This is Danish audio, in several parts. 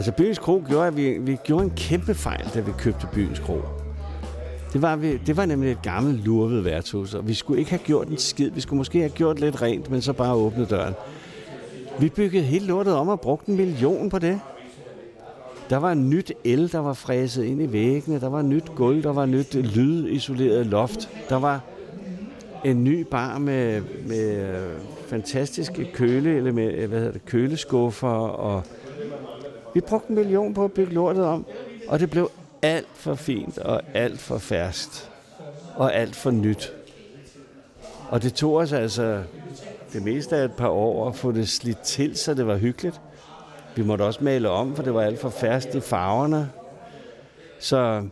Altså, Byens Kro gjorde, at vi gjorde en kæmpe fejl, da vi købte Byens Kro. Det var nemlig et gammelt lurvet værtshus, og vi skulle ikke have gjort en skid. Vi skulle måske have gjort lidt rent, men så bare åbnet døren. Vi byggede hele lortet om og brugte 1 million på det. Der var en nyt el, der var fræset ind i væggene. Der var et nyt gulv, der var et nyt lydisoleret loft. Der var en ny bar med fantastiske køleskuffer, og vi brugte 1 million på at bygge lortet om, og det blev alt for fint og alt for ferskt og alt for nyt. Og det tog os altså det meste af et par år at få det slidt til, så det var hyggeligt. Vi måtte også male om, for det var alt for ferskt i farverne. Så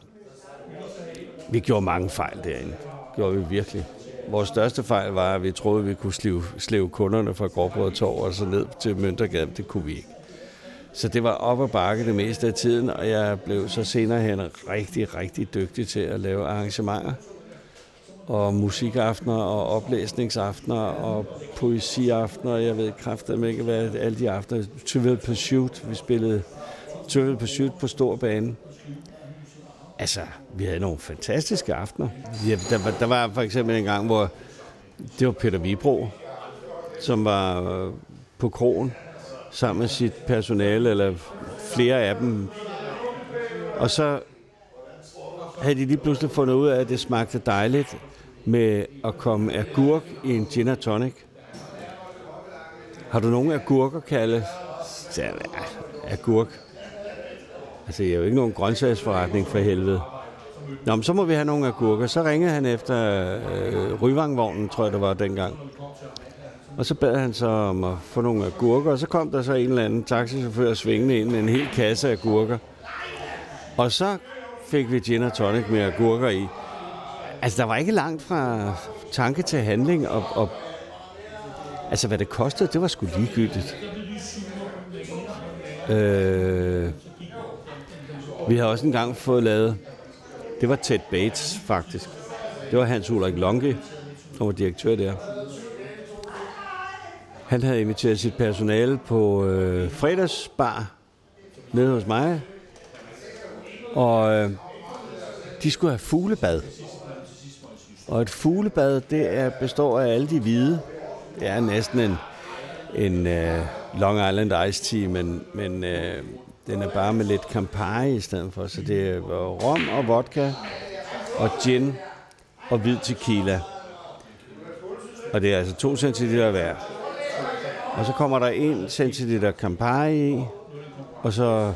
vi gjorde mange fejl derinde. Gjorde vi virkelig. Vores største fejl var, at vi troede, at vi kunne slæve kunderne fra Gråbrød Torv og så ned til Møntergade. Det kunne vi ikke. Så det var op ad bakke det meste af tiden, og jeg blev så senere hen rigtig, rigtig dygtig til at lave arrangementer. Og musikaftener, og oplæsningsaftener, og poesiaftener, jeg ved kraftedeme ikke, hvad alle de aftener. Trivial Pursuit, vi spillede Trivial Pursuit på stor bane. Altså, vi havde nogle fantastiske aftener. Ja, der var for eksempel en gang, hvor det var Peter Vibro, som var på kroen sammen med sit personale, eller flere af dem. Og så havde de lige pludselig fundet ud af, at det smagte dejligt med at komme agurk i en gin og tonic. Har du nogen agurker, Kalle? Ja, agurk. Altså, det er jo ikke nogen grøntsagsforretning for helvede. Nå, men så må vi have nogle agurker. Så ringede han efter Ryvangvognen, tror jeg, det var dengang. Og så bad han så om at få nogle agurker, og så kom der så en eller anden taxichauffør svingende ind med en hel kasse agurker. Og så fik vi gin og tonic med agurker i. Altså, der var ikke langt fra tanke til handling, og altså, hvad det kostede, det var sgu ligegyldigt. Vi har også engang fået lavet, det var Ted Bates faktisk. Det var Hans Ulrik Lonke, som var direktør der. Han havde inviteret sit personale på fredagsbar nede hos mig, og de skulle have fuglebad. Og et fuglebad, det består af alle de hvide. Det er næsten en Long Island Iced Tea, men den er bare med lidt Campari i stedet for. Så det er rom og vodka og gin og hvid tequila. Og det er altså 2 centiliter hver. Og så kommer der 1 centiliter Campari i, og så,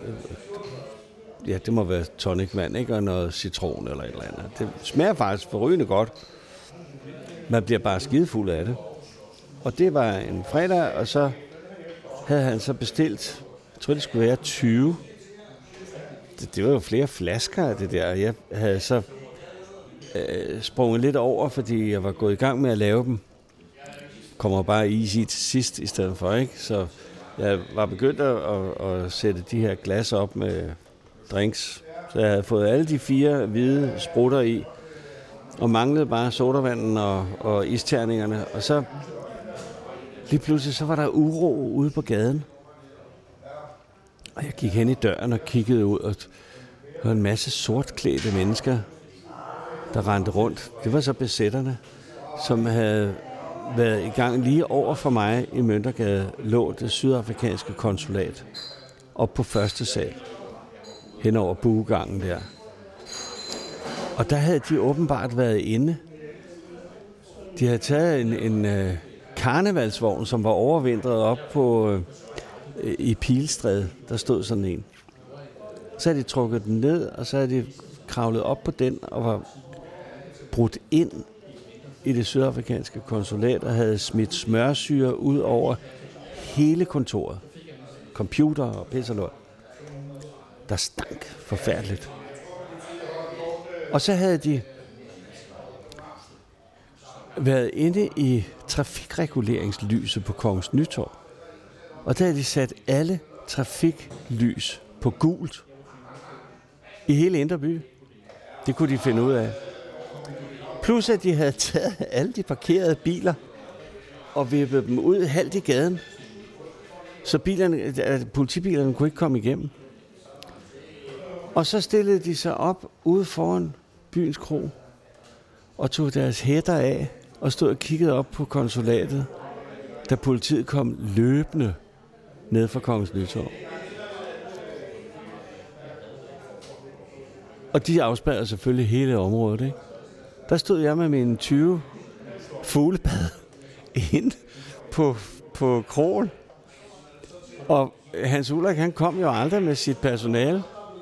ja, det må være tonicvand, ikke? Og noget citron eller et eller andet. Det smager faktisk forrygende godt. Man bliver bare skidefuld af det. Og det var en fredag, og så havde han så bestilt, jeg tror det skulle være 20. Det var jo flere flasker af det der. Jeg havde så sprunget lidt over, fordi jeg var gået i gang med at lave dem. Kommer bare is i til sidst i stedet for, ikke? Så jeg var begyndt at sætte de her glas op med drinks. Så jeg havde fået alle de 4 hvide sprutter i, og manglede bare sodavanden og isterningerne. Og så lige pludselig, så var der uro ude på gaden. Og jeg gik hen i døren og kiggede ud, og der var en masse sortklædte mennesker, der rendte rundt. Det var så besætterne, som havde været i gang lige over for mig i Møntergade, lå det sydafrikanske konsulat op på første sal, hen over buegangen der. Og der havde de åbenbart været inde. De havde taget en karnevalsvogn, som var overvintret op på i Pilestræde. Der stod sådan en. Så havde de trukket den ned, og så havde de kravlet op på den og var brudt ind i det sydafrikanske konsulat og havde smidt smørsyre ud over hele kontoret. Computer og pis og lort. Der stank forfærdeligt. Og så havde de været inde i trafikreguleringslyset på Kongens Nytorv. Og der havde de sat alle trafiklys på gult i hele Indre By. Det kunne de finde ud af. Plus at de havde taget alle de parkerede biler og vippet dem ud halvt i gaden. Så politibilerne kunne ikke komme igennem. Og så stillede de sig op ude foran byens kro og tog deres hætter af og stod og kiggede op på konsulatet, da politiet kom løbende ned fra Kongens Nytorv. Og de afspærrede selvfølgelig hele området, ikke? Der stod jeg med mine 20 fuglebad inde på krogen. Og Hans Ulrik, han kom jo aldrig med sit personale.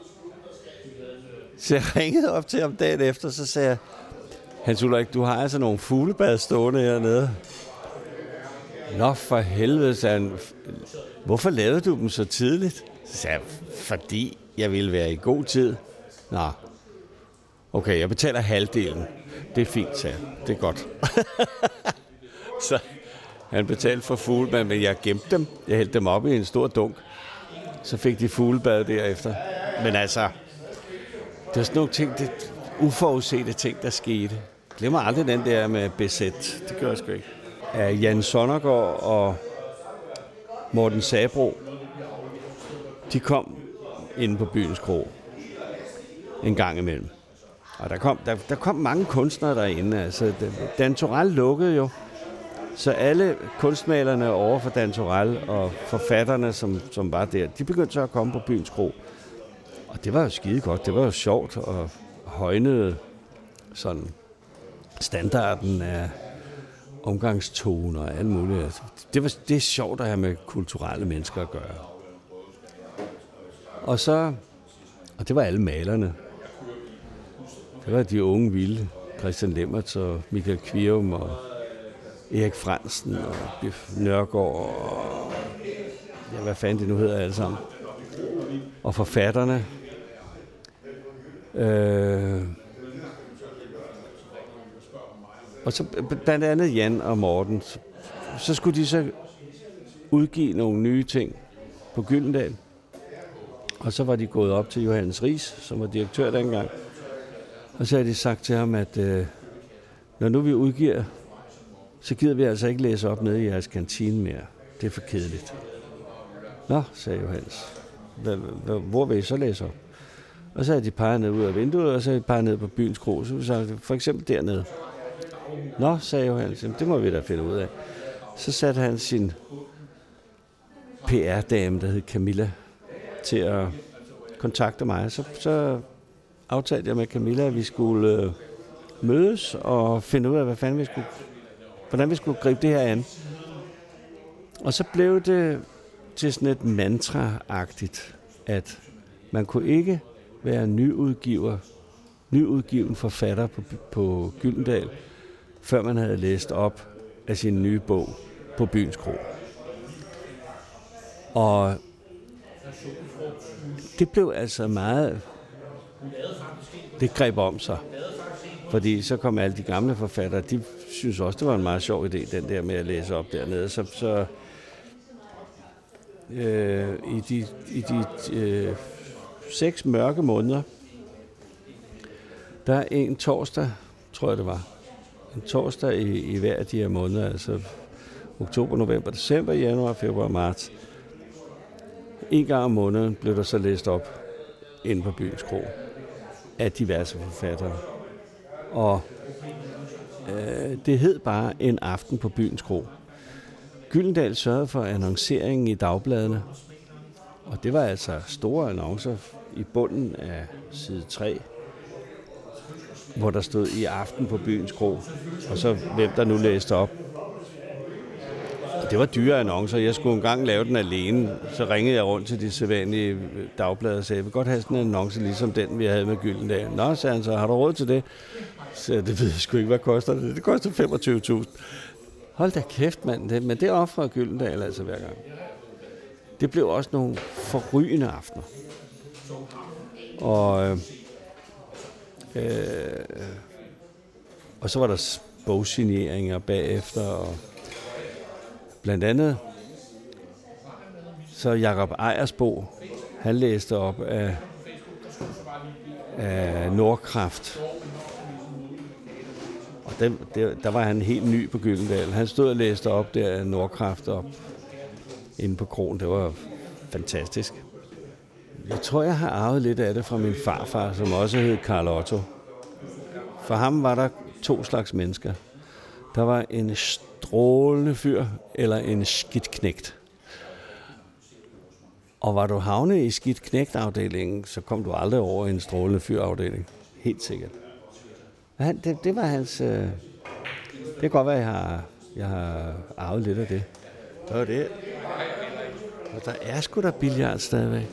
Så jeg ringede op til ham dagen efter, så sagde jeg, Hans Ulrik, du har altså nogle fuglebad stående hernede. Nå, for helvede, sagde han. Hvorfor lavede du dem så tidligt? Så sagde jeg, fordi jeg ville være i god tid. Nå, okay, jeg betaler halvdelen. Det er fint, sagde jeg. Det er godt. Så han betalte for fuglebad, men jeg gemte dem. Jeg hældte dem op i en stor dunk. Så fik de fuglebad derefter. Men altså, det var sådan nogle ting, uforudsete ting, der skete. Jeg glemmer aldrig den der med BZ. Det gør jeg sgu ikke. Jan Sonnergaard og Morten Sabro, de kom inde på byens kro en gang imellem. Og der kom mange kunstnere derinde. Altså, Dan Turèll lukkede jo, så alle kunstmalerne over for Dan Turèll og forfatterne, som var der, de begyndte så at komme på byens kro. Og det var jo skide godt. Det var jo sjovt og højnede sådan standarden af omgangstone og alt muligt. Det er sjovt at have med kulturelle mennesker at gøre. Og det var alle malerne. Det var de unge vilde. Christian Lemmertz og Michael Kvium og Erik Frandsen og Biff Nørgaard og ja, hvad fanden det nu hedder alle sammen. Og forfatterne. Og så blandt andet Jan og Morten. Så skulle de så udgive nogle nye ting på Gyldendal. Og så var de gået op til Johannes Riis, som var direktør dengang. Og så havde de sagt til ham, at når nu vi udgiver, så gider vi altså ikke læse op nede i jeres kantine mere. Det er for kedeligt. Nå, sagde Johannes. Hvor vil I så læse op? Og så havde de peget ned ud af vinduet, og så havde de peget ned på byens kro. Så sagde for eksempel dernede. Nå, sagde Johannes, det må vi da finde ud af. Så satte han sin PR-dame, der hed Camilla, til at kontakte mig. Så aftalte jeg med Camilla, at vi skulle mødes og finde ud af, hvordan vi skulle gribe det her an. Og så blev det til sådan et mantra-agtigt, at man kunne ikke være nyudgiven forfatter på Gyldendal, før man havde læst op af sin nye bog på byens kro. Og det blev altså meget... Det greb om sig. Fordi så kom alle de gamle forfattere, de synes også, det var en meget sjov idé, den der med at læse op dernede. Så i de 6 mørke måneder, der er en torsdag, tror jeg det var, en torsdag i hver af de her måneder, altså oktober, november, december, januar, februar, marts. En gang om måneden blev der så læst op inde på byens kro af diverse forfattere. Og det hed bare En aften på byens kro. Gyldendal sørgede for annonceringen i dagbladene, og det var altså store annoncer i bunden af side 3, hvor der stod I aften på byens kro, og så hvem der nu læste op. Og det var dyre annoncer. Jeg skulle engang lave den alene. Så ringede jeg rundt til de sædvanlige dagblade og sagde, jeg vil godt have sådan en annonce, ligesom den, vi havde med Gyldendal. Nå, sagde han så, har du råd til det? Så det ved jeg sgu ikke, hvad koster det? Det koster 25.000. Hold da kæft, mand. Men det offrede Gyldendal altså hver gang. Det blev også nogle forrygende aftener. Og så var der bogsigneringer bagefter, og blandt andet så Jakob Ejersbo, han læste op af Nordkraft. Og der var han helt ny på Gyldendal. Han stod og læste op der af Nordkraft op. inde på kroen. Det var fantastisk. Jeg tror, jeg har arvet lidt af det fra min farfar, som også hed Karl Otto. For ham var der 2 slags mennesker. Der var en strålende fyr eller en skidtknægt. Og var du havnet i skidtknægt-afdelingen, så kom du aldrig over i en strålende fyr-afdeling. Helt sikkert. Det var hans... det kan godt være, at jeg har arvet lidt af det. Det var det. Og der er sgu da billard stadigvæk.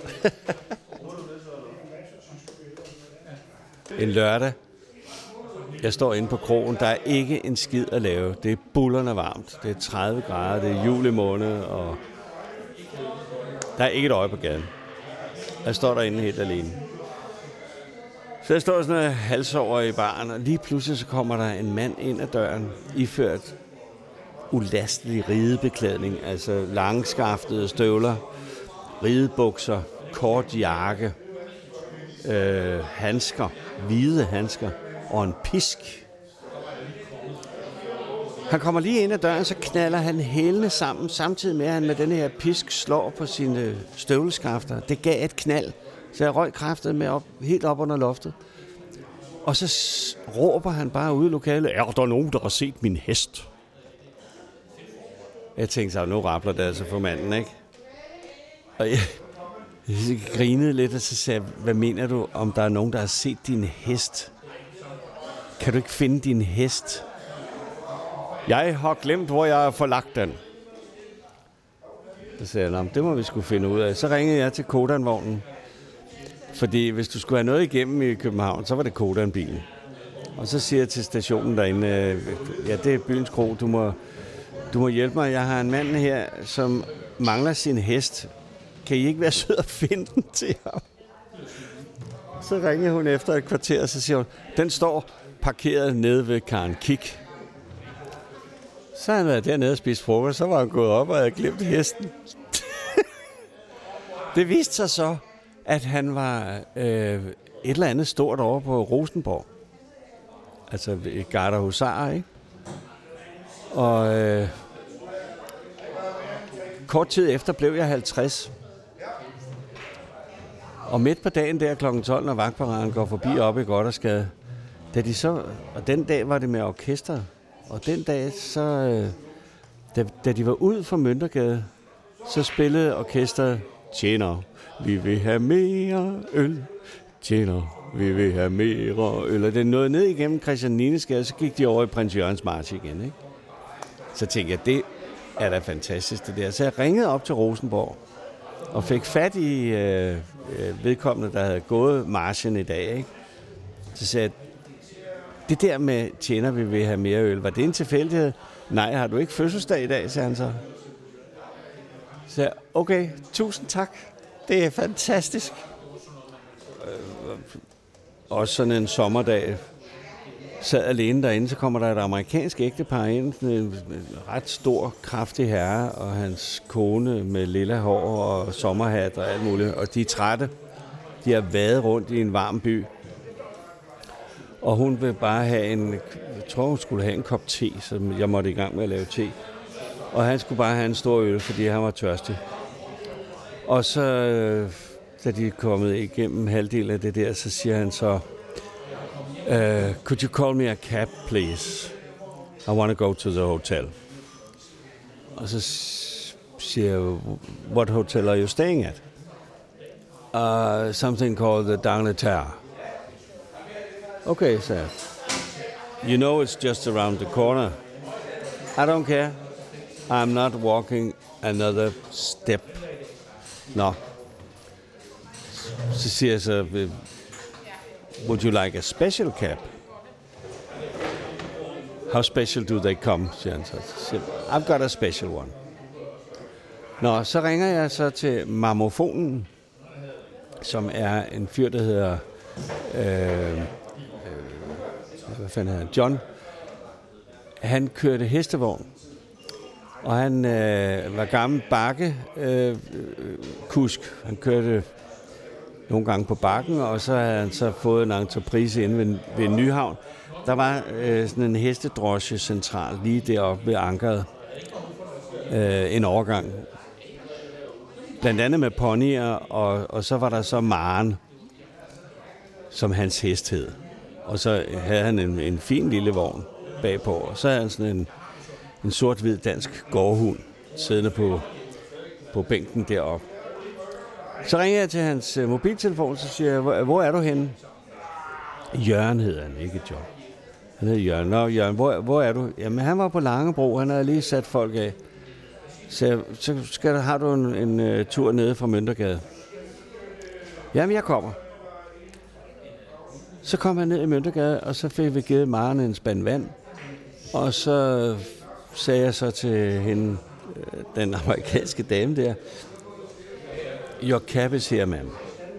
En lørdag. Jeg står inde på kroen. Der er ikke en skid at lave. Det er bullerne varmt. Det er 30 grader. Det er juli måned. Og der er ikke et øje på gaden. Jeg står derinde helt alene. Så jeg står sådan halsover i baren, og lige pludselig så kommer der en mand ind ad døren, iført ulastelig ridebeklædning, altså langskaftede støvler, ridebukser, kort jakke, handsker, hvide handsker og en pisk. Han kommer lige ind ad døren, så knalder han hælene sammen, samtidig med at han med den her pisk slår på sine støvleskafter. Det gav et knald, så jeg røg kraftet med helt op under loftet. Og så råber han bare ude i lokalet, er der nogen, der har set min hest? Jeg tænkte så, nu rappler det altså for manden, ikke? Og jeg grinede lidt, og så sagde jeg, hvad mener du, om der er nogen, der har set din hest? Kan du ikke finde din hest? Jeg har glemt, hvor jeg har forlagt den. Så sagde jeg, det må vi skulle finde ud af. Så ringede jeg til Codan-vognen. Fordi hvis du skulle have noget igennem i København, så var det Codan-bilen. Og så siger jeg til stationen derinde, ja, det er byens kro, du må hjælpe mig. Jeg har en mand her, som mangler sin hest. Kan I ikke være sød at finde den til ham? Så ringer hun efter et kvarter, og så siger hun, den står parkeret nede ved Karen Kik. Så han været dernede og spist frokost, så var han gået op og havde glemt hesten. Det viste sig så, at han var et eller andet stort over på Rosenborg. Altså Garda Husar, ikke? Og kort tid efter blev jeg 50. Og midt på dagen der kl. 12, når vagtparaden går forbi oppe i Gothersgade, og den dag var det med orkester. Og den dag, så, da de var ud fra Møntergade, så spillede orkestret Tjener, vi vil have mere øl. Tjener, vi vil have mere øl. Og det nåede ned igennem Christian Ninesgade, så gik de over i Prins Jørgens March igen, ikke? Så tænkte jeg, det er da fantastisk det der. Så jeg ringede op til Rosenborg og fik fat i vedkommende, der havde gået marchen i dag, ikke? Så sagde jeg, det der med Tjener, vi vil have mere øl, var det en tilfældighed? Nej, har du ikke fødselsdag i dag, sagde han så. Så okay, tusind tak. Det er fantastisk. Også sådan en sommerdag. Sad alene derinde, så kommer der et amerikansk ægtepar ind. En ret stor, kraftig herre, og hans kone med lilla hår og sommerhat og alt muligt. Og de er trætte. De har været rundt i en varm by. Og hun vil bare have jeg tror hun skulle have en kop te, så jeg måtte i gang med at lave te. Og han skulle bare have en stor øl, fordi han var tørstig. Og så, da de er kommet igennem halvdelen af det der, så siger han så, could you call me a cab, please? I want to go to the hotel. Og så siger jeg, what hotel are you staying at? Something called the D'Angleterre. Okay, sir. You know it's just around the corner. I don't care. I'm not walking another step. Nå. Så siger jeg så, would you like a special cab? How special do they come, siger han så. I've got a special one. Nå, så ringer jeg så til Marmofonen, som er en fyr, der hedder hvad fanden hedder han? John. Han kørte hestevogn, og han var gammel bakkekusk. Han kørte nogle gange på bakken, og så havde han så fået en entreprise inde ved Nyhavn. Der var sådan en hestedrosje central lige deroppe ved ankeret. En overgang blandt andet med ponyer, og så var der så Maren, som hans hest hed. Og så havde han en fin lille vogn bagpå, og så havde han sådan en sort-hvid dansk gårdhund siddende på bænken deroppe. Så ringer jeg til hans mobiltelefon, så siger jeg, hvor er du henne? Jørgen hedder han, ikke John. Han hedder Jørgen. Nå, Jørgen, hvor er du? Jamen, han var på Langebro, han havde lige sat folk af. Så har du en tur nede fra Møntergade. Jamen, jeg kommer. Så kom han ned i Møntergade, og så fik vi givet Maren en spand vand. Og så sagde jeg så til hende, den amerikanske dame der, your cab is here, ma'am.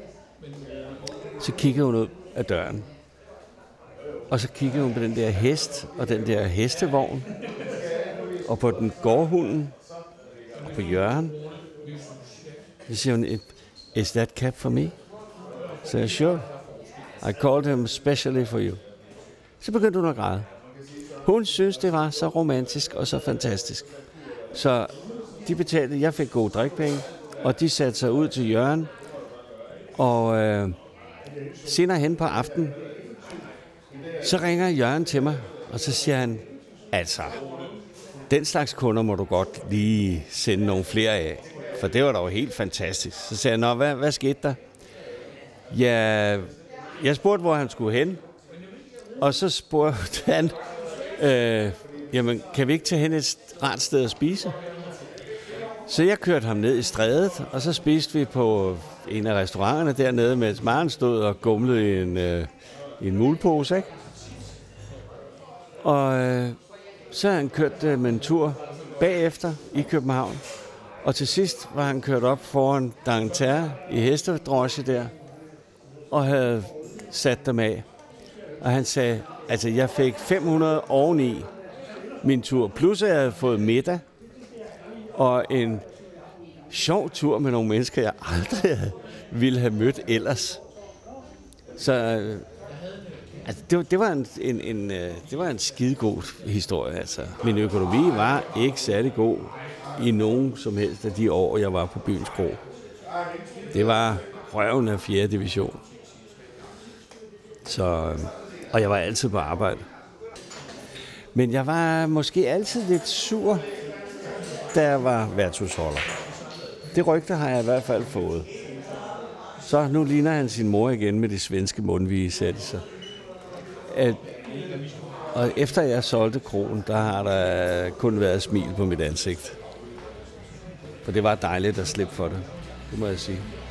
Så kiggede hun ud af døren. Og så kiggede hun på den der hest, og den der hestevogn, og på den gårdhunden, og på Jørgen. Så siger hun, is that cab for me? Så jeg, sure. I called him specially for you. Så begyndte hun at græde. Hun synes, det var så romantisk og så fantastisk. Så de betalte, jeg fik gode drikpenge, og de satte sig ud til Jørgen. Og senere hen på aftenen, så ringer Jørgen til mig, og så siger han, altså, den slags kunder må du godt lige sende nogle flere af, for det var da jo helt fantastisk. Så sagde jeg, nå, hvad skete der? Ja, jeg spurgte, hvor han skulle hen, og så spurgte han, jamen, kan vi ikke tage hen et rart sted at spise? Så jeg kørte ham ned i Strædet, og så spiste vi på en af restauranterne dernede, mens Maren stod og gumlede i en mulepose, ikke? Og så har han kørt med en tur bagefter i København, og til sidst var han kørt op foran D'Angleterre i hestedrosje der, og havde sat dem af. Og han sagde, altså jeg fik 500 oveni min tur, plus at jeg havde fået middag, og en sjov tur med nogle mennesker, jeg aldrig ville have mødt ellers. Så altså, det var en skidegod historie. Altså. Min økonomi var ikke særlig god i nogen som helst af de år, jeg var på Byens Kro. Det var røven af 4. division. Så, og jeg var altid på arbejde. Men jeg var måske altid lidt sur, da jeg var værtshusholder. Det rygte har jeg i hvert fald fået. Så nu ligner han sin mor igen med de svenske mundvigesættelser. Og efter jeg solgte kroen, der har der kun været smil på mit ansigt. For det var dejligt at slippe for det. Det må jeg sige.